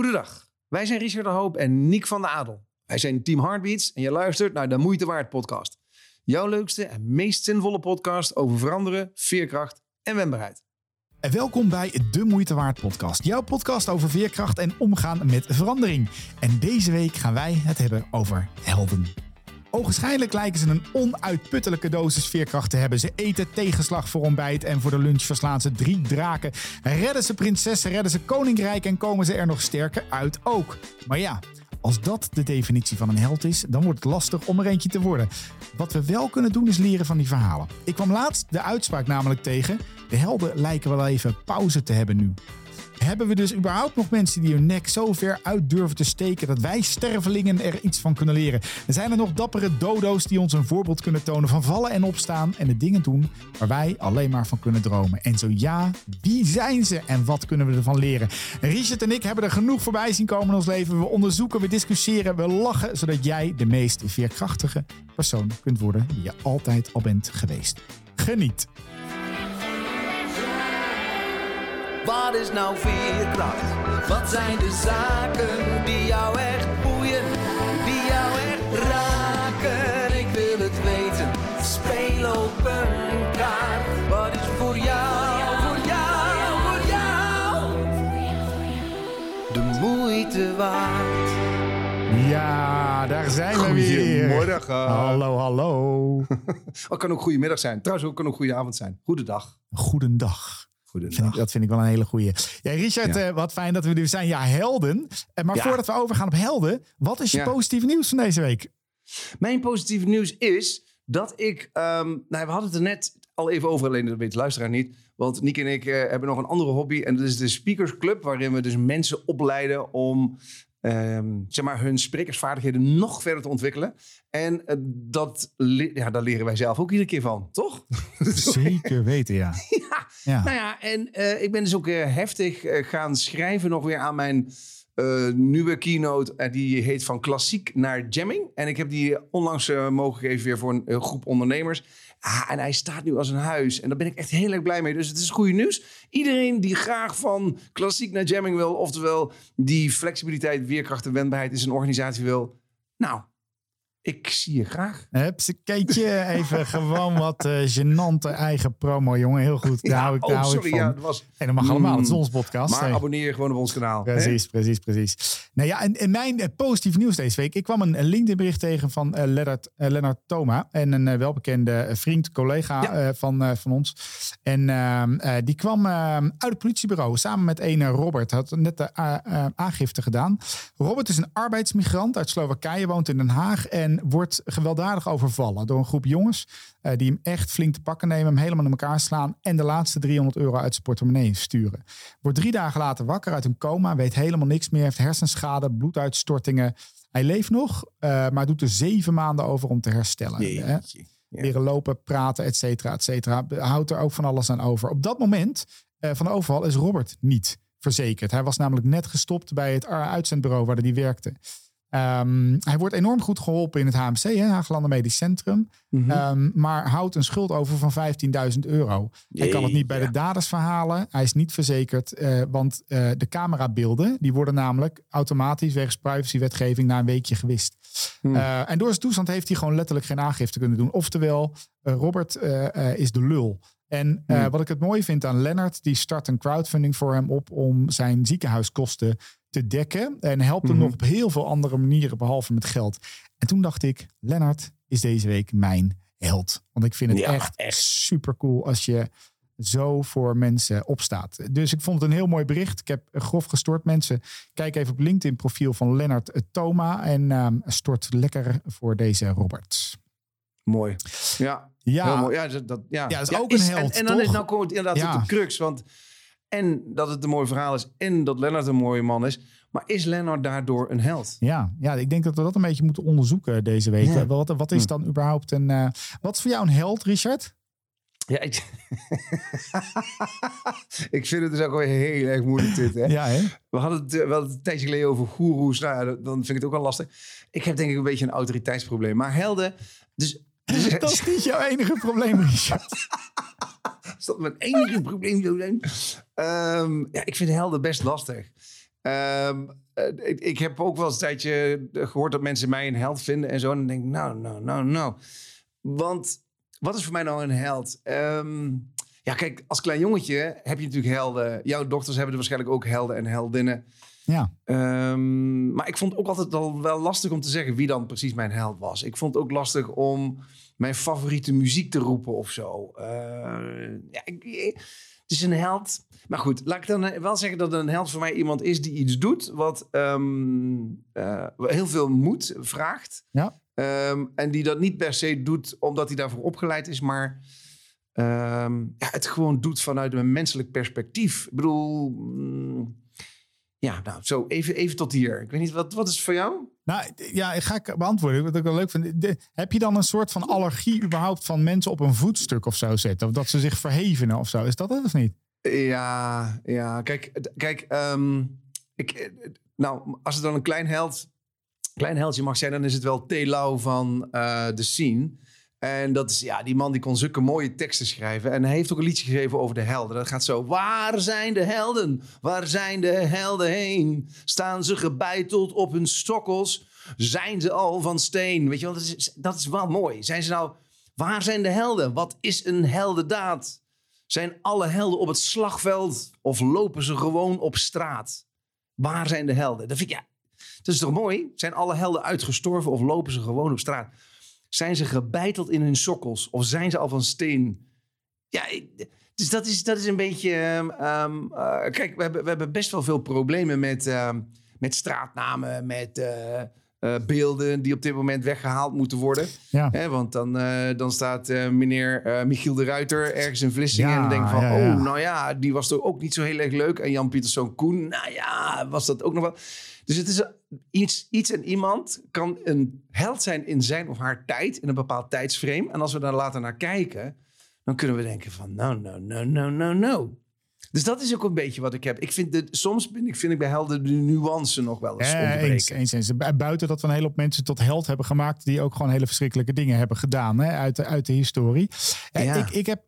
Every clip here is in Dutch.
Goedendag, wij zijn Richard de Hoop en Nick van de Adel. Wij zijn Team Heartbeats en je luistert naar de Moeite Waard podcast. Jouw leukste en meest zinvolle podcast over veranderen, veerkracht en wendbaarheid. En welkom bij de Moeite Waard podcast. Jouw podcast over veerkracht en omgaan met verandering. En deze week gaan wij het hebben over helden. Ogenschijnlijk lijken ze een onuitputtelijke dosis veerkracht te hebben. Ze eten tegenslag voor ontbijt en voor de lunch verslaan ze 3 draken. Redden ze prinsessen, redden ze koninkrijk en komen ze er nog sterker uit ook. Maar ja, als dat de definitie van een held is, dan wordt het lastig om er eentje te worden. Wat we wel kunnen doen is leren van die verhalen. Ik kwam laatst de uitspraak namelijk tegen: de helden lijken wel even pauze te hebben nu. Hebben we dus überhaupt nog mensen die hun nek zo ver uit durven te steken dat wij stervelingen er iets van kunnen leren? Er zijn er nog dappere dodo's die ons een voorbeeld kunnen tonen van vallen en opstaan en de dingen doen waar wij alleen maar van kunnen dromen. En zo ja, wie zijn ze en wat kunnen we ervan leren? Richard en ik hebben er genoeg voorbij zien komen in ons leven. We onderzoeken, we discussiëren, we lachen, zodat jij de meest veerkrachtige persoon kunt worden die je altijd al bent geweest. Geniet! Wat is nou veerkracht? Wat zijn de zaken die jou echt boeien, die jou echt raken? Ik wil het weten, speel op een kaart. Wat is voor jou, voor jou, voor jou de moeite waard? Ja, daar zijn we weer. Goedemorgen. Hallo. Het kan ook goedemiddag zijn. Trouwens, het kan ook goede avond zijn. Goedendag. Goedendag. Dat vind ik wel een hele goeie. Ja, Richard, wat fijn dat we er zijn. Ja, helden. Maar voordat we overgaan op helden, wat is je positieve nieuws van deze week? Mijn positieve nieuws is dat ik... we hadden het er net al even over, alleen dat weet de luisteraar niet. Want Nick en ik hebben nog een andere hobby. En dat is de Speakers Club, waarin we dus mensen opleiden om... hun sprekersvaardigheden nog verder te ontwikkelen. En daar leren wij zelf ook iedere keer van, toch? Zeker weten, ja. Ja. Nou ja, en ik ben dus ook heftig gaan schrijven nog weer aan mijn nieuwe keynote. Die heet Van Klassiek naar Jamming. En ik heb die onlangs mogen geven weer voor een groep ondernemers. En hij staat nu als een huis. En daar ben ik echt heel erg blij mee. Dus het is goede nieuws. Iedereen die graag van klassiek naar jamming wil, oftewel die flexibiliteit, weerkracht en wendbaarheid in zijn organisatie wil. Nou, ik zie je graag. Hupsakeetje, even gewoon wat gênante eigen promo, jongen. Heel goed, daar hou ik van. Ja, dat was... En dat mag allemaal, het is ons podcast. Maar abonneer je gewoon op ons kanaal. Precies. Nou ja, en mijn positieve nieuws deze week. Ik kwam een LinkedIn bericht tegen van Lennart Thoma. En een welbekende vriend, collega van ons. En die kwam uit het politiebureau samen met een Robert. Had net de aangifte gedaan. Robert is een arbeidsmigrant uit Slowakije, woont in Den Haag. En wordt gewelddadig overvallen door een groep jongens die hem echt flink te pakken nemen, hem helemaal in elkaar slaan en de laatste €300 uit zijn portemonnee sturen. Wordt 3 dagen later wakker uit een coma, weet helemaal niks meer, heeft hersenschade, bloeduitstortingen. Hij leeft nog, maar doet er 7 maanden over om te herstellen. Leren lopen, praten, et cetera. Houdt er ook van alles aan over. Op dat moment van de overval is Robert niet verzekerd. Hij was namelijk net gestopt bij het uitzendbureau waar hij werkte. Hij wordt enorm goed geholpen in het HMC, Haaglanden Medisch Centrum. Mm-hmm. Maar houdt een schuld over van €15.000. Hij kan het niet bij de daders verhalen. Hij is niet verzekerd, want de camerabeelden die worden namelijk automatisch wegens privacywetgeving na een weekje gewist. En door zijn toestand heeft hij gewoon letterlijk geen aangifte kunnen doen. Oftewel, Robert is de lul. En wat ik het mooie vind aan Lennart, die start een crowdfunding voor hem op om zijn ziekenhuiskosten te dekken. En helpt hem nog op heel veel andere manieren, behalve met geld. En toen dacht ik, Lennart is deze week mijn held. Want ik vind het echt super cool als je zo voor mensen opstaat. Dus ik vond het een heel mooi bericht. Ik heb grof gestort. Mensen, kijk even op LinkedIn profiel van Lennart Thoma. En stort lekker voor deze Robert. Mooi. Ja. Heel mooi. Dat is ook een held, en dan is nou komt het inderdaad tot de crux. Want en dat het een mooi verhaal is en dat Lennart een mooie man is. Maar is Lennart daardoor een held? Ja, ik denk dat we dat een beetje moeten onderzoeken deze week. Ja. Wat is dan überhaupt wat is voor jou een held, Richard? Ja, ik vind het dus ook wel heel erg moeilijk dit. Hè? Ja, hè? We hadden het wel een tijdje geleden over goeroes. Nou, dan vind ik het ook wel lastig. Ik heb denk ik een beetje een autoriteitsprobleem. Maar helden... Dus dat is niet jouw enige probleem, Richard. Als dat mijn enige probleem zou zijn. Ik vind helden best lastig. Ik heb ook wel eens een tijdje gehoord dat mensen mij een held vinden en zo. En dan denk ik, nou. Want wat is voor mij nou een held? Ja, kijk, als klein jongetje heb je natuurlijk helden. Jouw dochters hebben er waarschijnlijk ook helden en heldinnen. Ja. Maar ik vond het ook altijd al wel lastig om te zeggen wie dan precies mijn held was. Ik vond het ook lastig om mijn favoriete muziek te roepen of zo. Het is een held. Maar goed, laat ik dan wel zeggen dat een held voor mij iemand is die iets doet wat heel veel moed vraagt. Ja. En die dat niet per se doet omdat hij daarvoor opgeleid is, maar het gewoon doet vanuit een menselijk perspectief. Ik bedoel, zo even tot hier. Ik weet niet, wat is het voor jou? Nou, ja, ga ik beantwoorden. Wat ik wel leuk vind. Heb je dan een soort van allergie überhaupt van mensen op een voetstuk of zo zetten? Of dat ze zich verhevenen of zo? Is dat het of niet? Ja. Kijk. Als het dan een klein heldje mag zijn, dan is het wel T. Lau van The Scene. En dat is, die man die kon zulke mooie teksten schrijven. En hij heeft ook een liedje geschreven over de helden. Dat gaat zo. Waar zijn de helden? Waar zijn de helden heen? Staan ze gebeiteld op hun stokkels? Zijn ze al van steen? Weet je wel, dat is wel mooi. Zijn ze nou... Waar zijn de helden? Wat is een heldendaad? Zijn alle helden op het slagveld? Of lopen ze gewoon op straat? Waar zijn de helden? Dat vind ik, dat is toch mooi? Zijn alle helden uitgestorven of lopen ze gewoon op straat? Zijn ze gebeiteld in hun sokkels? Of zijn ze al van steen? Ja, dus dat is een beetje... kijk, we hebben best wel veel problemen met straatnamen, met beelden die op dit moment weggehaald moeten worden. Ja. Want dan staat meneer Michiel de Ruiter ergens in Vlissingen en denkt van... die was toch ook niet zo heel erg leuk. En Jan Pieterszoon Koen, was dat ook nog wel... Dus het is iets en iemand kan een held zijn in zijn of haar tijd, in een bepaald tijdsframe. En als we daar later naar kijken, dan kunnen we denken van no. Dus dat is ook een beetje wat ik heb. Ik vind soms vind ik bij helden de nuance nog wel eens ontbreken. Eens. Buiten dat we een hele hoop mensen tot held hebben gemaakt die ook gewoon hele verschrikkelijke dingen hebben gedaan uit de historie. Ja.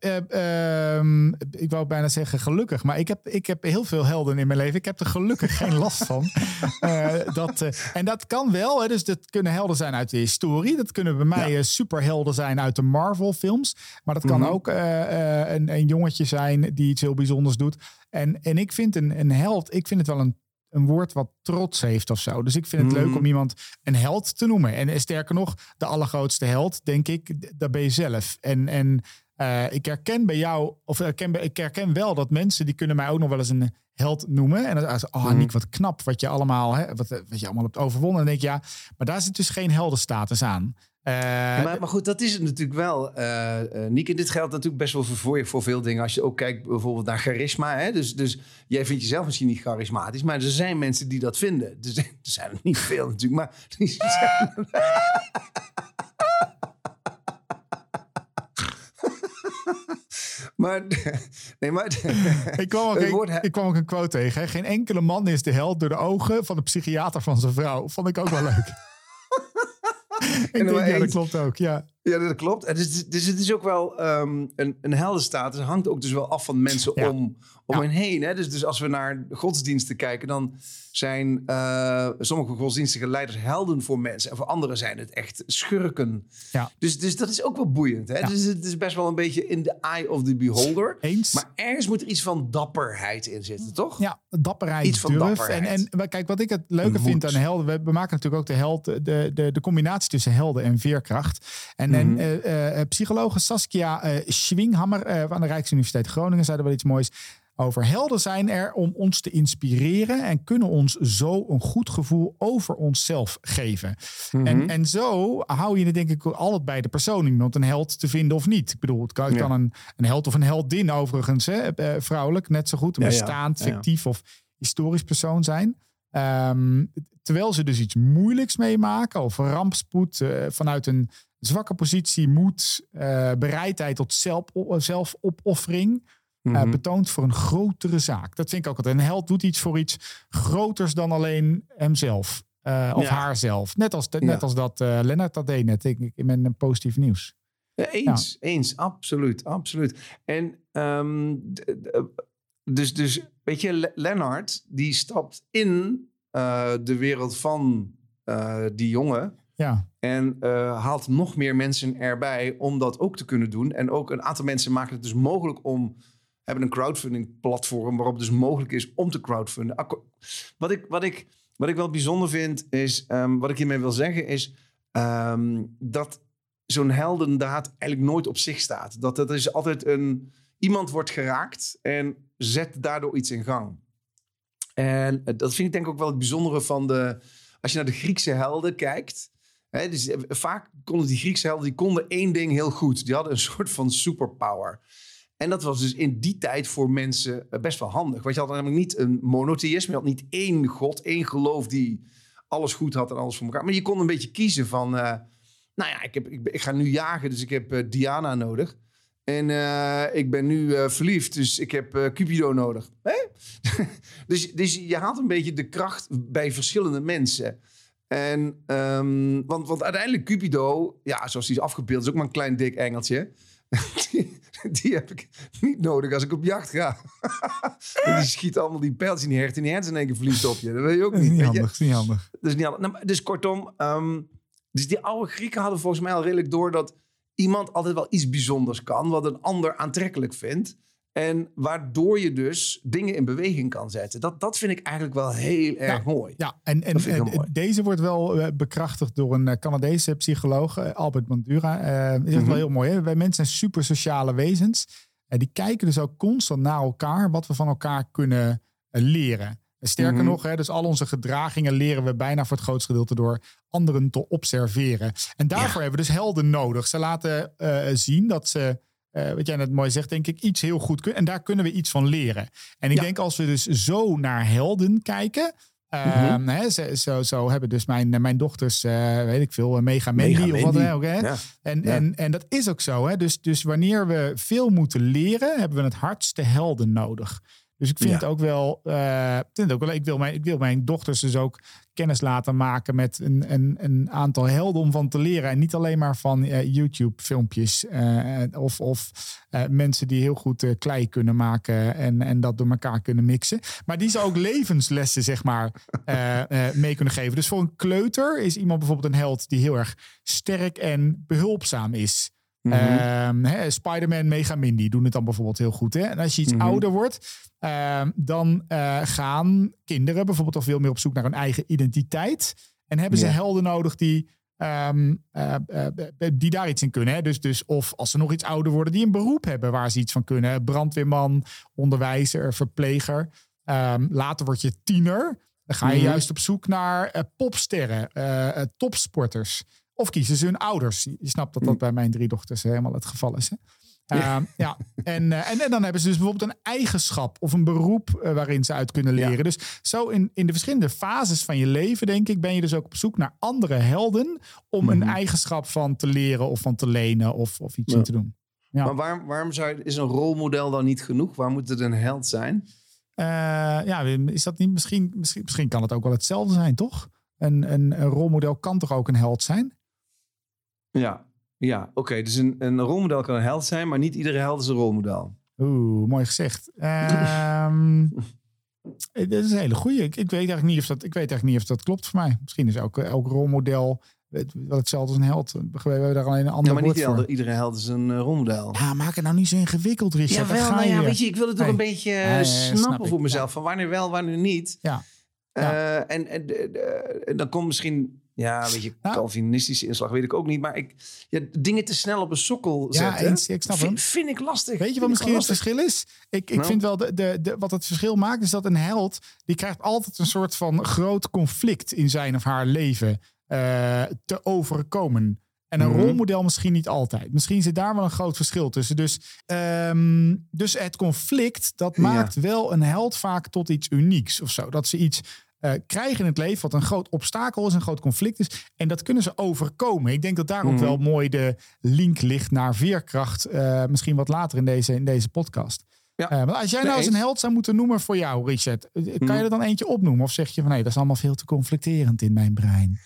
Ik wou bijna zeggen gelukkig, maar ik heb heel veel helden in mijn leven. Ik heb er gelukkig geen last van. En dat kan wel. Hè, dus dat kunnen helden zijn uit de historie. Dat kunnen bij mij superhelden zijn uit de Marvel films. Maar dat kan ook een jongetje zijn die iets heel bijzonders doet. En ik vind een held, ik vind het wel een woord wat trots heeft of zo. Dus ik vind het leuk om iemand een held te noemen. En sterker nog, de allergrootste held, denk ik, dat ben je zelf. En ik herken bij jou, of ik herken wel dat mensen, die kunnen mij ook nog wel eens een held noemen. En dan zeggen Nick, wat knap wat je allemaal, wat je allemaal hebt overwonnen. En dan denk ik, maar daar zit dus geen heldenstatus aan. Maar goed, dat is het natuurlijk wel, Niek. En dit geldt natuurlijk best wel voor veel dingen. Als je ook kijkt bijvoorbeeld naar charisma. Hè? Dus jij vindt jezelf misschien niet charismatisch. Maar er zijn mensen die dat vinden. Dus er zijn er niet veel natuurlijk. Maar die zijn... Ik kwam ook een quote tegen. Hè? Geen enkele man is de held door de ogen van de psychiater van zijn vrouw. Vond ik ook wel leuk. Ik denk, dat klopt ook, ja. Ja, dat klopt. Dus het is ook wel een heldenstatus. Het hangt ook dus wel af van mensen om hen heen. Hè? Dus als we naar godsdiensten kijken, dan zijn sommige godsdienstige leiders helden voor mensen. En voor anderen zijn het echt schurken. Ja. Dus dat is ook wel boeiend. Hè? Ja. Dus het is best wel een beetje in the eye of the beholder. Eens. Maar ergens moet er iets van dapperheid in zitten, toch? Ja, dapperheid, iets van durf. Dapperheid. En kijk, wat ik het leuke vind aan helden... We maken natuurlijk ook de held, de combinatie tussen helden en veerkracht. En psychologe Saskia Schwinghammer van de Rijksuniversiteit Groningen zei er wel iets moois over. Helden zijn er om ons te inspireren en kunnen ons zo een goed gevoel over onszelf geven. En zo hou je het denk ik altijd bij de persoon iemand een held te vinden of niet. Ik bedoel, het kan een held of een heldin overigens, vrouwelijk, net zo goed. Een bestaand, fictief of historisch persoon zijn. Terwijl ze dus iets moeilijks meemaken of rampspoed vanuit een zwakke positie, moed, bereidheid tot zelfopoffering betoont voor een grotere zaak. Dat vind ik ook altijd. Een held doet iets voor iets groters dan alleen hemzelf of haarzelf. Net als dat Lennart dat deed net in mijn positief nieuws. Eens, absoluut. En Dus weet je, Lennart, die stapt in de wereld van die jongen. Ja. En haalt nog meer mensen erbij om dat ook te kunnen doen. En ook een aantal mensen maken het dus mogelijk om... hebben een crowdfunding platform waarop het dus mogelijk is om te crowdfunden. Wat ik wel bijzonder vind is... wat ik hiermee wil zeggen is... dat zo'n heldendaad eigenlijk nooit op zich staat. Dat is altijd iemand wordt geraakt en zet daardoor iets in gang. En dat vind ik denk ik ook wel het bijzondere van als je naar de Griekse helden kijkt... Hè, dus vaak konden die Griekse helden... die konden één ding heel goed. Die hadden een soort van superpower. En dat was dus in die tijd voor mensen best wel handig. Want je had namelijk niet een monotheïsme. Je had niet één god, één geloof die alles goed had en alles voor elkaar. Maar je kon een beetje kiezen van... nou ja, ik ga nu jagen, dus ik heb Diana nodig. En ik ben nu verliefd, dus ik heb Cupido nodig. Dus je haalt een beetje de kracht bij verschillende mensen. En, want uiteindelijk Cupido, ja, zoals die is afgebeeld, is ook maar een klein dik engeltje. Die heb ik niet nodig als ik op jacht ga. En die schiet allemaal die pijltjes in die hert. En die hert is in één keer verliefd op je. Dat weet je ook niet. Dat is niet handig. Dat is niet handig. Nou, dus kortom, dus die oude Grieken hadden volgens mij al redelijk door dat iemand altijd wel iets bijzonders kan, wat een ander aantrekkelijk vindt. En waardoor je dus dingen in beweging kan zetten. Dat vind ik eigenlijk wel heel erg mooi. Ja, en deze wordt wel bekrachtigd door een Canadese psycholoog, Albert Bandura. Die zegt wel heel mooi. Hè? Wij mensen zijn super sociale wezens. Die kijken dus ook constant naar elkaar, wat we van elkaar kunnen leren. Sterker nog, hè, dus al onze gedragingen leren we bijna voor het grootste gedeelte door anderen te observeren. En daarvoor hebben we dus helden nodig. Ze laten zien dat ze, wat jij net mooi zegt, denk ik, iets heel goed kunnen. En daar kunnen we iets van leren. En ik denk als we dus zo naar helden kijken... Hè, zo hebben dus mijn dochters, weet ik veel, Mega Mandy of wat dan ook. Hè? Ja. En dat is ook zo. Hè? Dus wanneer we veel moeten leren, hebben we het hardste helden nodig. Dus ik vind het ook wel... Ik wil mijn dochters dus ook kennis laten maken met een aantal helden om van te leren. En niet alleen maar van YouTube-filmpjes. Of mensen die heel goed klei kunnen maken en dat door elkaar kunnen mixen. Maar die ze ook levenslessen, zeg maar, mee kunnen geven. Dus voor een kleuter is iemand bijvoorbeeld een held die heel erg sterk en behulpzaam is. Spider-Man, Mega Mindy doen het dan bijvoorbeeld heel goed. Hè? En als je iets ouder wordt, dan gaan kinderen bijvoorbeeld al veel meer op zoek naar hun eigen identiteit. En hebben ze helden nodig die daar iets in kunnen. Hè? Dus of als ze nog iets ouder worden, die een beroep hebben waar ze iets van kunnen. Brandweerman, onderwijzer, verpleger. Later word je tiener. Dan ga je juist op zoek naar popsterren, topsporters. Of kiezen ze hun ouders. Je snapt dat bij mijn 3 dochters helemaal het geval is. Hè? En dan hebben ze dus bijvoorbeeld een eigenschap of een beroep waarin ze uit kunnen leren. Dus zo in de verschillende fases van je leven, denk ik, ben je dus ook op zoek naar andere helden om een eigenschap van te leren of van te lenen of iets in te doen. Ja. Maar waarom is een rolmodel dan niet genoeg? Waar moet het een held zijn? Is dat niet misschien kan het ook wel hetzelfde zijn, toch? Een rolmodel kan toch ook een held zijn? Ja, oké. Dus een rolmodel kan een held zijn, maar niet iedere held is een rolmodel. Oeh, mooi gezegd. Dat is een hele goeie. Ik weet eigenlijk niet of dat klopt voor mij. Misschien is elk rolmodel wel hetzelfde als een held. We hebben daar alleen een ander woord voor. Niet iedere held is een rolmodel. Ja, maak het nou niet zo ingewikkeld, Richard. Weet je, ik wil het toch een beetje snappen voor mezelf. Van wanneer wel, wanneer niet. Ja. En dan komt misschien... Ja, een beetje Calvinistische inslag, weet ik ook niet. Maar dingen te snel op een sokkel zetten... Ik snap hem. Vind ik lastig. Weet je wat misschien het verschil is? Ik vind wel, wat het verschil maakt... is dat een held, die krijgt altijd een soort van groot conflict... in zijn of haar leven te overkomen. En een rolmodel misschien niet altijd. Misschien zit daar wel een groot verschil tussen. Dus het conflict, dat maakt wel een held vaak tot iets unieks of zo. Dat ze iets... krijgen in het leven wat een groot obstakel is, een groot conflict is. En dat kunnen ze overkomen. Ik denk dat daar ook wel mooi de link ligt naar veerkracht. Misschien wat later in deze podcast. Ja. Maar als jij nou eens een held zou moeten noemen voor jou, Richard. Kan je er dan eentje opnoemen? Of zeg je van nee, dat is allemaal veel te conflicterend in mijn brein?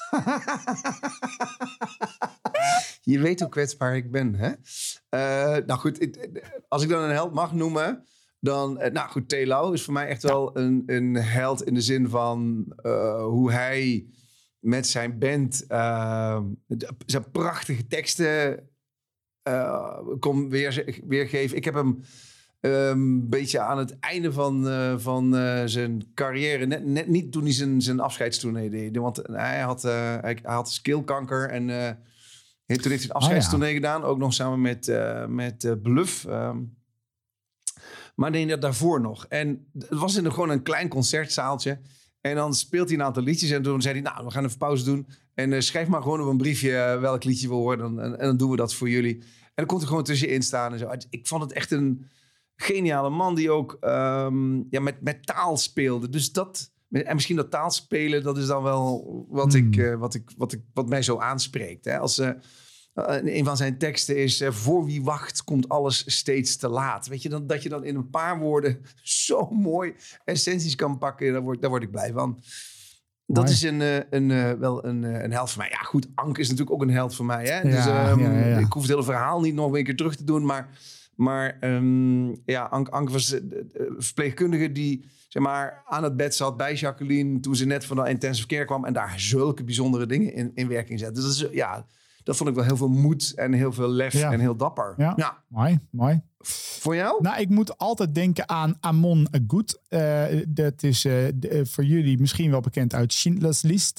Je weet hoe kwetsbaar ik ben, hè? Nou goed, als ik dan een held mag noemen... Dan, nou goed, Telau is voor mij echt wel een held in de zin van hoe hij met zijn band zijn prachtige teksten kon weergeven. Ik heb hem een beetje aan het einde van zijn carrière, net niet toen hij zijn afscheidstournee deed. Want hij had skillkanker en toen heeft hij een afscheidstournee gedaan. Ook nog samen met Bluff. Maar deed dat daarvoor nog. En het was gewoon een klein concertzaaltje. En dan speelt hij een aantal liedjes. En toen zei hij, nou, we gaan even pauze doen. En schrijf maar gewoon op een briefje welk liedje we horen. En dan doen we dat voor jullie. En dan komt er gewoon tussenin staan en zo. Ik vond het echt een geniale man die ook met taal speelde. Dus en misschien dat taalspelen, dat is dan wel wat mij zo aanspreekt. Hè? Als een van zijn teksten is, voor wie wacht komt alles steeds te laat. Weet je, dat je dan in een paar woorden zo mooi essenties kan pakken. Daar word ik blij van. Dat is wel een held voor mij. Ja goed, Anke is natuurlijk ook een held voor mij. Hè? Dus ik hoef het hele verhaal niet nog een keer terug te doen. Maar Anke was verpleegkundige die zeg maar aan het bed zat bij Jacqueline toen ze net van de intensive care kwam en daar zulke bijzondere dingen in werking zette. Dus dat vond ik wel heel veel moed en heel veel lef en heel dapper. Ja. Mooi. Voor jou? Nou, ik moet altijd denken aan Amon Agut. Dat is voor jullie misschien wel bekend uit Schindler's List.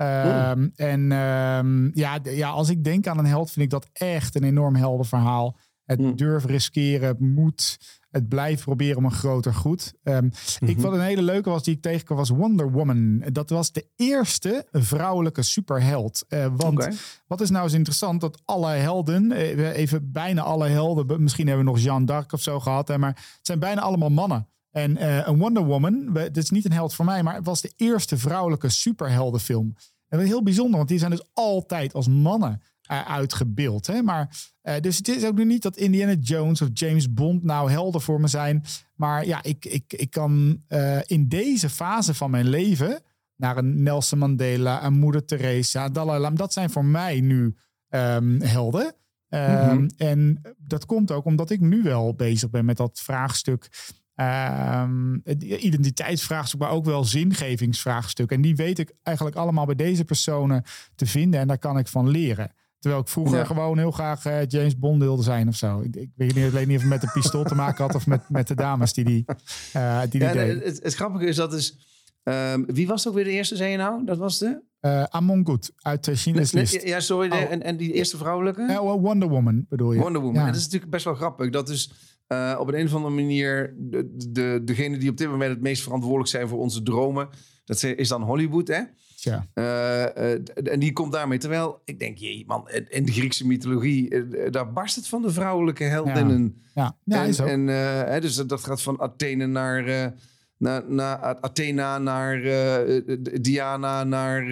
Als ik denk aan een held, vind ik dat echt een enorm heldenverhaal. Het durven riskeren, moed, het blijven proberen om een groter goed. Ik vond een hele leuke die ik tegenkwam was Wonder Woman. Dat was de eerste vrouwelijke superheld. Wat is nou eens interessant? Dat alle helden, bijna alle helden, misschien hebben we nog Jeanne d'Arc of zo gehad, maar het zijn bijna allemaal mannen. En een Wonder Woman, dat is niet een held voor mij, maar het was de eerste vrouwelijke superheldenfilm. En dat is heel bijzonder, want die zijn dus altijd als mannen uitgebeeld. Hè? Maar, dus het is ook nu niet dat Indiana Jones of James Bond nou helden voor me zijn. Maar ja, ik kan in deze fase van mijn leven naar een Nelson Mandela, een Moeder Teresa, Dalai Lama. Dat zijn voor mij nu helden. En dat komt ook omdat ik nu wel bezig ben met dat vraagstuk. Het identiteitsvraagstuk, maar ook wel zingevingsvraagstuk. En die weet ik eigenlijk allemaal bij deze personen te vinden. En daar kan ik van leren. Terwijl ik vroeger gewoon heel graag James Bond wilde zijn of zo. Ik weet niet of het met een pistool te maken had of met de dames die deden. Het grappige is dat dus... wie was ook weer de eerste, zei je nou? Dat was de... Amon Good uit Schindler's List. Ja, sorry. En die eerste vrouwelijke? Wonder Woman bedoel je. Wonder Woman. Ja. En dat is natuurlijk best wel grappig. Dat is op een of andere manier degene die op dit moment het meest verantwoordelijk zijn voor onze dromen. Dat is dan Hollywood, hè? Ja. En die komt daarmee. Terwijl ik denk, man, in de Griekse mythologie, daar barst het van de vrouwelijke heldinnen. Ja, is ook. Dus dat gaat van Athene naar Athena, naar Diana, naar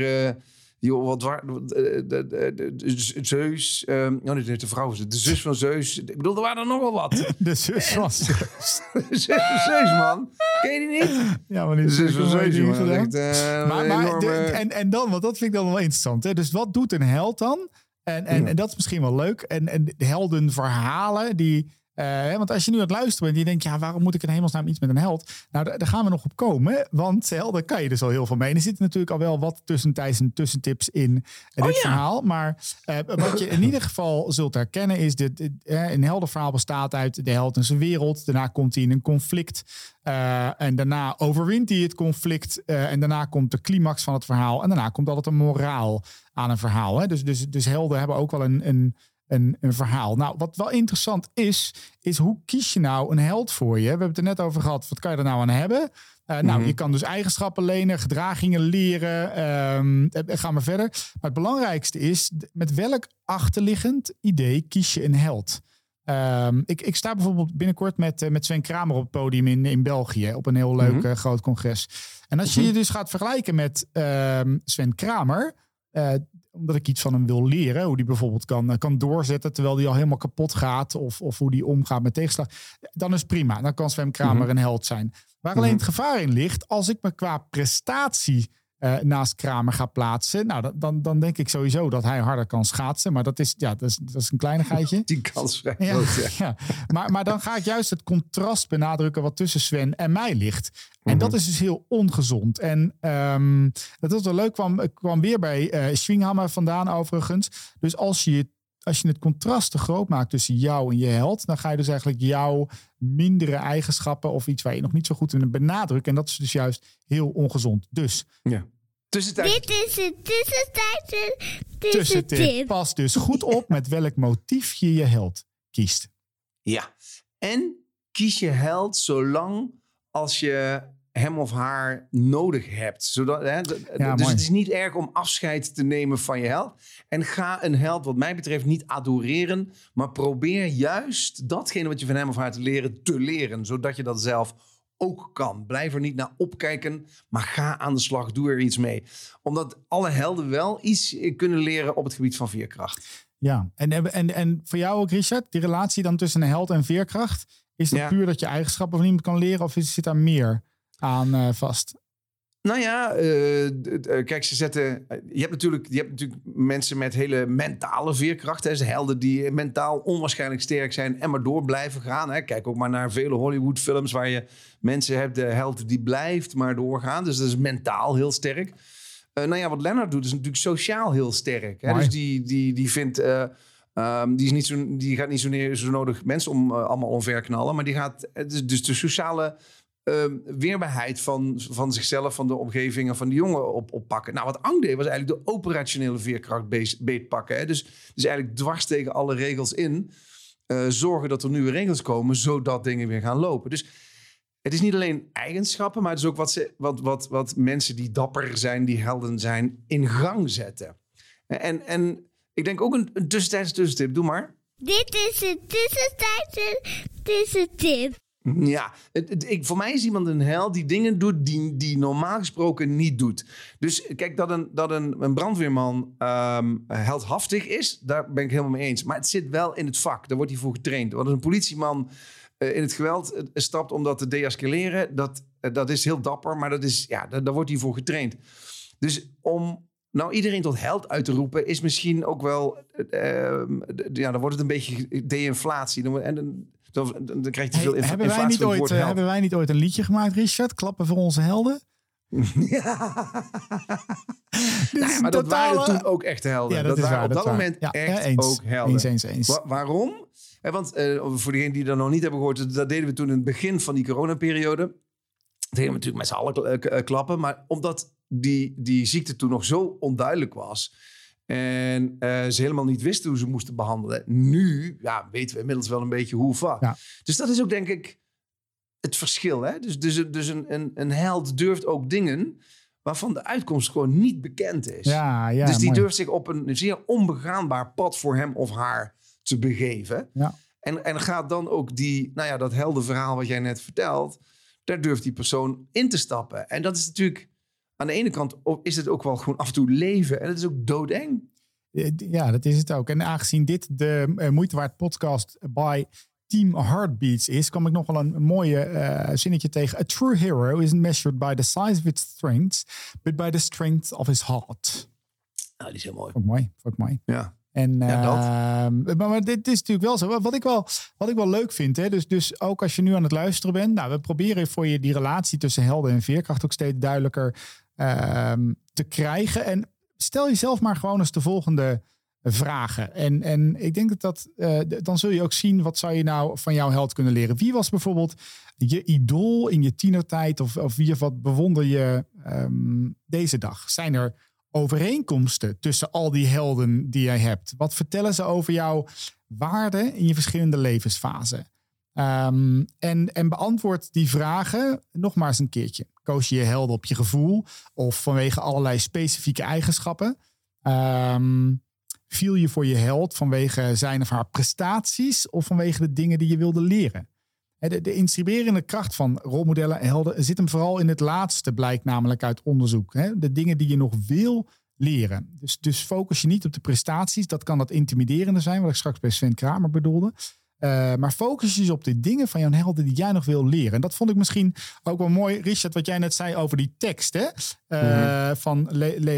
Zeus. De vrouw is de zus van Zeus. Ik bedoel, er waren er nogal wat. De zus van Zeus. De zus van Zeus, man. Ken je die niet? Ja, maar de zus van Zeus, man. En dan, want dat vind ik dan wel interessant. Hè? Dus wat doet een held dan? En dat is misschien wel leuk. En de heldenverhalen die... want als je nu aan het luisteren bent en je denkt, ja, waarom moet ik in hemelsnaam iets met een held? Nou, daar gaan we nog op komen, want helden kan je dus al heel veel mee. En er zitten natuurlijk al wel wat tussentijds en tussentips in dit verhaal. Maar wat je in ieder geval zult herkennen is dat een heldenverhaal bestaat uit de held in zijn wereld. Daarna komt hij in een conflict en daarna overwint hij het conflict. En daarna komt de climax van het verhaal. En daarna komt altijd een moraal aan een verhaal. Hè? Dus helden hebben ook wel een verhaal. Nou, wat wel interessant is hoe kies je nou een held voor je? We hebben het er net over gehad. Wat kan je er nou aan hebben? Nou, je kan dus eigenschappen lenen, gedragingen leren. Ga maar verder. Maar het belangrijkste is, met welk achterliggend idee kies je een held? Ik sta bijvoorbeeld binnenkort met Sven Kramer op het podium in België. Op een heel leuk groot congres. En als je je dus gaat vergelijken met Sven Kramer... omdat ik iets van hem wil leren. Hoe die bijvoorbeeld kan doorzetten terwijl die al helemaal kapot gaat. Of hoe die omgaat met tegenslag. Dan is prima. Dan kan Sven Kramer een held zijn. Waar alleen het gevaar in ligt. Als ik me qua prestatie naast Kramer ga plaatsen. Nou, dan denk ik sowieso dat hij harder kan schaatsen. Maar dat is een kleinigheidje. Die kans vrij groot, ja. Maar dan ga ik juist het contrast benadrukken wat tussen Sven en mij ligt. En dat is dus heel ongezond. En dat was wel leuk, kwam weer bij Schwinghammer vandaan overigens. Dus als je het contrast te groot maakt tussen jou en je held, dan ga je dus eigenlijk jouw mindere eigenschappen of iets waar je nog niet zo goed in benadrukt. En dat is dus juist heel ongezond. Dus ja. Tussentijd. Dit is het tussentip. Pas dus goed op met welk motief je je held kiest. Ja. En kies je held zolang als je hem of haar nodig hebt. Zodat, dus mooi. het is niet erg om afscheid te nemen van je held. En ga een held wat mij betreft niet adoreren, maar probeer juist datgene wat je van hem of haar te leren. Zodat je dat zelf ook kan. Blijf er niet naar opkijken, maar ga aan de slag. Doe er iets mee. Omdat alle helden wel iets kunnen leren op het gebied van veerkracht. Ja, en voor jou ook, Richard, die relatie dan tussen een held en veerkracht, is dat puur dat je eigenschappen van iemand kan leren of zit daar meer aan vast? Nou ja, kijk, je hebt natuurlijk mensen met hele mentale veerkracht. Hè, helden die mentaal onwaarschijnlijk sterk zijn en maar door blijven gaan. Hè. Kijk ook maar naar vele Hollywood-films waar je mensen hebt, de held die blijft maar doorgaan. Dus dat is mentaal heel sterk. Wat Lennart doet is natuurlijk sociaal heel sterk. Hè. Dus die vindt, die gaat niet zo nodig mensen allemaal omverknallen, maar die gaat dus de sociale weerbaarheid van zichzelf, van de omgeving en van die jongen oppakken. Nou, wat Ang deed was eigenlijk de operationele veerkracht beetpakken. Hè? Dus eigenlijk dwars tegen alle regels in. Zorgen dat er nieuwe regels komen, zodat dingen weer gaan lopen. Dus het is niet alleen eigenschappen, maar het is ook wat mensen die dapper zijn, die helden zijn, in gang zetten. En ik denk ook een tussentijdse tussentip. Doe maar. Dit is een tussentijdse tussentip. Ja, voor mij is iemand een held die dingen doet die normaal gesproken niet doet. Dus kijk, dat een brandweerman heldhaftig is, daar ben ik helemaal mee eens. Maar het zit wel in het vak, daar wordt hij voor getraind. Want een politieman in het geweld stapt om dat te deescaleren, dat is heel dapper, maar daar wordt hij voor getraind. Dus om nou iedereen tot held uit te roepen is misschien ook wel, dan wordt het een beetje de-inflatie. En dan krijg je te veel inflatie. Hebben wij niet ooit een liedje gemaakt, Richard? Klappen voor onze helden? Maar dat waren toen ook echt helden. Ja, dat waren op dat moment echt ook helden. Eens. Waarom? Want voor degenen die dat nog niet hebben gehoord, dat deden we toen in het begin van die coronaperiode. Dat deden we natuurlijk met z'n allen klappen. Maar omdat die ziekte toen nog zo onduidelijk was en ze helemaal niet wisten hoe ze moesten behandelen. Nu weten we inmiddels wel een beetje hoe of wat. Ja. Dus dat is ook denk ik het verschil. Hè? Dus een held durft ook dingen waarvan de uitkomst gewoon niet bekend is. Ja, dus die mooi. durft zich op een zeer onbegaanbaar pad voor hem of haar te begeven. Ja. En gaat dan ook dat heldenverhaal wat jij net vertelt, daar durft die persoon in te stappen. En dat is natuurlijk, aan de ene kant is het ook wel gewoon af en toe leven. En dat is ook doodeng. Ja, dat is het ook. En aangezien dit de moeite waard podcast by Team Heartbeats is, kwam ik nog wel een mooie zinnetje tegen. A true hero isn't measured by the size of its strengths, but by the strength of his heart. Nou, die is heel mooi. Vond ik mooi. Ja. En, maar dit is natuurlijk wel zo. Wat ik wel leuk vind. Hè, dus ook als je nu aan het luisteren bent. Nou, we proberen voor je die relatie tussen helden en veerkracht ook steeds duidelijker te krijgen. En stel jezelf maar gewoon eens de volgende vragen. En ik denk dat dan zul je ook zien, wat zou je nou van jouw held kunnen leren? Wie was bijvoorbeeld je idool in je tienertijd? Of wie of wat bewonder je deze dag? Zijn er overeenkomsten tussen al die helden die jij hebt? Wat vertellen ze over jouw waarden in je verschillende levensfasen? En beantwoord die vragen nog maar eens een keertje. Koos je je helden op je gevoel of vanwege allerlei specifieke eigenschappen? Viel je voor je held vanwege zijn of haar prestaties of vanwege de dingen die je wilde leren? De inspirerende kracht van rolmodellen en helden zit hem vooral in het laatste, blijkt namelijk uit onderzoek. De dingen die je nog wil leren. Dus focus je niet op de prestaties. Dat kan dat intimiderende zijn, wat ik straks bij Sven Kramer bedoelde. Maar focus je op de dingen van jouw helden die jij nog wil leren. En dat vond ik misschien ook wel mooi, Richard, wat jij net zei over die tekst. Hè? Van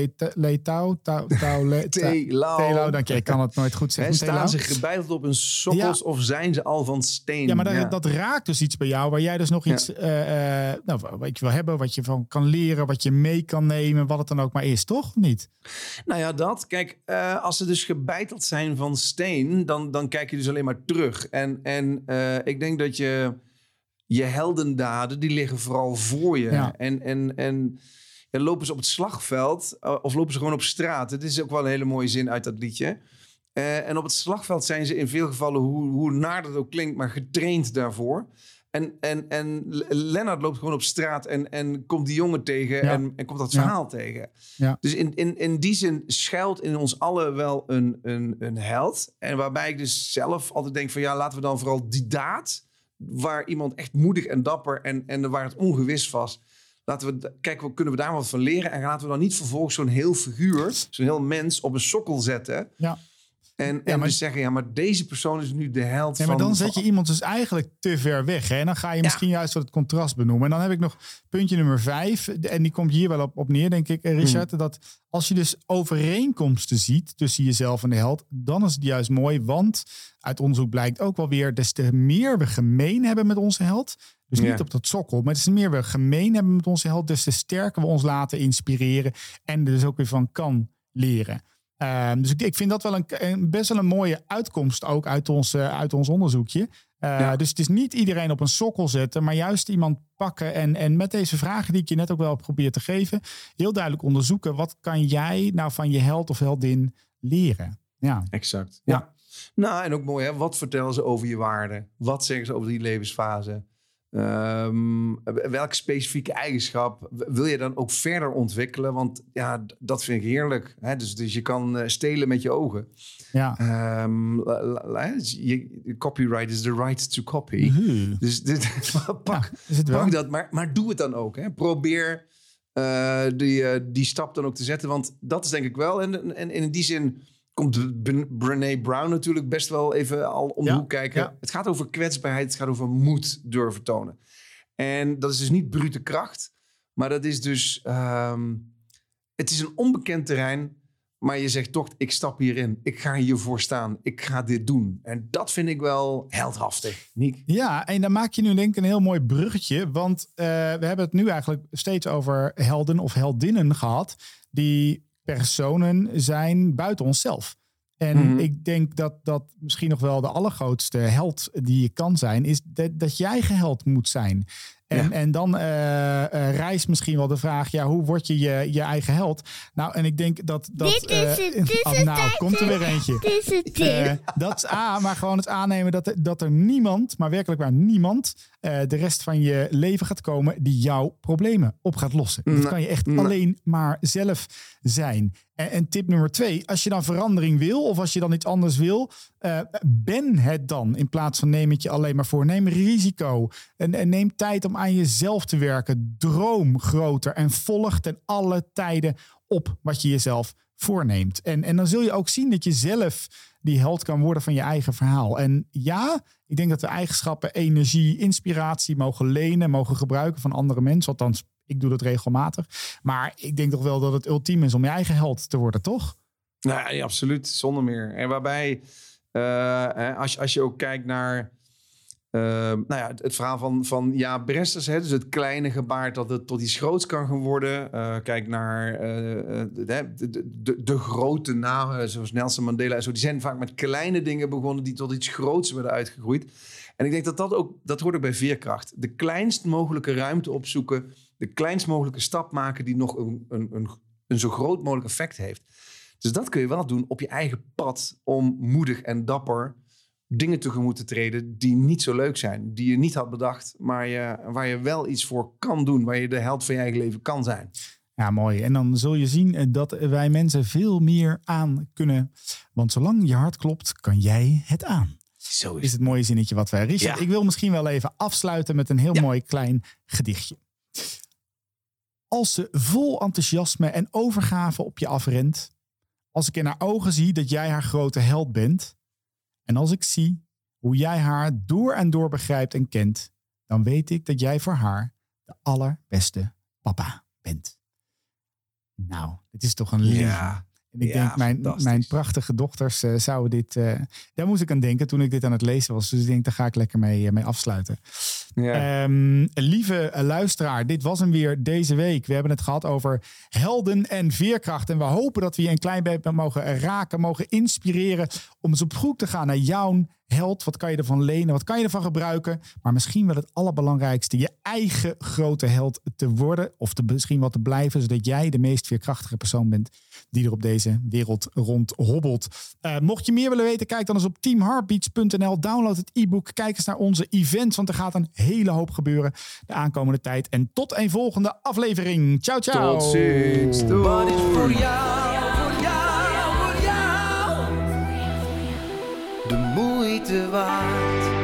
Telau, dank je. Ik kan het nooit goed zeggen. Staan ze gebeiteld op hun sokkels of zijn ze al van steen? Ja, maar dat raakt dus iets bij jou waar jij dus nog iets wat je wil hebben, wat je van kan leren, wat je mee kan nemen, wat het dan ook maar is, toch? Niet? Nou ja, dat. Kijk, als ze dus gebeiteld zijn van steen, dan kijk je dus alleen maar terug. En ik denk dat je heldendaden, die liggen vooral voor je. Ja. En lopen ze op het slagveld of lopen ze gewoon op straat? Het is ook wel een hele mooie zin uit dat liedje. En op het slagveld zijn ze in veel gevallen, hoe naar dat ook klinkt, maar getraind daarvoor. En Lennart loopt gewoon op straat en komt die jongen tegen en komt dat verhaal tegen. Ja. Dus in die zin schuilt in ons allen wel een held. En waarbij ik dus zelf altijd denk van laten we dan vooral die daad, waar iemand echt moedig en dapper en waar het ongewis was, laten we kijken, kunnen we daar wat van leren? En laten we dan niet vervolgens zo'n heel figuur, zo'n heel mens op een sokkel zetten. Ja. En dus zeggen, maar deze persoon is nu de held van... maar dan zet je iemand dus eigenlijk te ver weg. Hè? En dan ga je misschien juist wat het contrast benoemen. En dan heb ik nog puntje nummer 5. En die komt hier wel op neer, denk ik, Richard. Dat als je dus overeenkomsten ziet tussen jezelf en de held, dan is het juist mooi. Want uit onderzoek blijkt ook wel weer, des te meer we gemeen hebben met onze held, dus niet op dat sokkel, maar des te meer we gemeen hebben met onze held, des te sterker we ons laten inspireren en er dus ook weer van kan leren. Dus ik vind dat wel best wel een mooie uitkomst ook uit ons onderzoekje. Dus het is niet iedereen op een sokkel zetten, maar juist iemand pakken en met deze vragen die ik je net ook wel probeer te geven, heel duidelijk onderzoeken, wat kan jij nou van je held of heldin leren? Ja, exact. Ja. Nou, en ook mooi, hè? Wat vertellen ze over je waarden? Wat zeggen ze over die levensfase? Welke specifieke eigenschap wil je dan ook verder ontwikkelen? Want dat vind ik heerlijk. Hè? Dus je kan stelen met je ogen. Ja. Copyright is the right to copy. Dus pak dat, maar doe het dan ook. Hè? Probeer die stap dan ook te zetten. Want dat is denk ik wel. En in die zin komt Brené Brown natuurlijk best wel even al om de hoek kijken. Ja. Het gaat over kwetsbaarheid, het gaat over moed durven tonen. En dat is dus niet brute kracht, maar dat is dus... het is een onbekend terrein, maar je zegt toch, ik stap hierin. Ik ga hiervoor staan. Ik ga dit doen. En dat vind ik wel heldhaftig, Niek. Ja, en dan maak je nu denk ik een heel mooi bruggetje. Want we hebben het nu eigenlijk steeds over helden of heldinnen gehad die personen zijn buiten onszelf. En ik denk dat misschien nog wel de allergrootste held die je kan zijn, is dat je eigen held moet zijn. En dan rijst misschien wel de vraag, hoe word je je eigen held? Nou, en ik denk dat komt er weer eentje. Dat is maar gewoon het aannemen dat er niemand, maar werkelijk waar niemand, de rest van je leven gaat komen die jouw problemen op gaat lossen. Dat kan je echt alleen maar zelf zijn. En tip nummer 2, als je dan verandering wil of als je dan iets anders wil, ben het dan in plaats van neem het je alleen maar voor. Neem risico en neem tijd om aan jezelf te werken. Droom groter en volg ten alle tijden op wat je jezelf voorneemt. En dan zul je ook zien dat je zelf die held kan worden van je eigen verhaal. En ik denk dat we eigenschappen, energie, inspiratie mogen lenen, mogen gebruiken van andere mensen. Althans, ik doe dat regelmatig. Maar ik denk toch wel dat het ultiem is om je eigen held te worden, toch? Nou ja, absoluut. Zonder meer. En waarbij, als je ook kijkt naar het verhaal van Brestas, dus het kleine gebaar dat het tot iets groots kan gaan worden. Kijk naar de grote namen, zoals Nelson Mandela en zo. Die zijn vaak met kleine dingen begonnen die tot iets groots werden uitgegroeid. En ik denk dat hoort ook bij veerkracht. De kleinst mogelijke ruimte opzoeken, de kleinst mogelijke stap maken die nog een zo groot mogelijk effect heeft. Dus dat kun je wel doen op je eigen pad om moedig en dapper dingen tegemoet te treden die niet zo leuk zijn. Die je niet had bedacht, maar waar je wel iets voor kan doen. Waar je de held van je eigen leven kan zijn. Ja, mooi. En dan zul je zien dat wij mensen veel meer aan kunnen. Want zolang je hart klopt, kan jij het aan. Zo is het mooie zinnetje wat wij... Richard, ik wil misschien wel even afsluiten met een heel mooi klein gedichtje. Als ze vol enthousiasme en overgave op je afrent. Als ik in haar ogen zie dat jij haar grote held bent. En als ik zie hoe jij haar door en door begrijpt en kent, dan weet ik dat jij voor haar de allerbeste papa bent. Nou, dit is toch een liefde. Ja. En ik denk, mijn prachtige dochters zouden dit... daar moest ik aan denken toen ik dit aan het lezen was. Dus ik denk, daar ga ik lekker mee afsluiten. Ja. Lieve luisteraar, dit was hem weer deze week. We hebben het gehad over helden en veerkracht. En we hopen dat we je een klein beetje mogen raken, mogen inspireren om eens op zoek te gaan naar jouw held. Wat kan je ervan lenen? Wat kan je ervan gebruiken? Maar misschien wel het allerbelangrijkste, je eigen grote held te worden of misschien wel te blijven, zodat jij de meest veerkrachtige persoon bent die er op deze wereld rond hobbelt. Mocht je meer willen weten, kijk dan eens op teamheartbeats.nl. Download het e-book. Kijk eens naar onze events, want er gaat een hele hoop gebeuren de aankomende tijd. En tot een volgende aflevering. Ciao, ciao. Tot ziens. Doei. Wat is voor jou, voor jou, voor jou de moeite waard?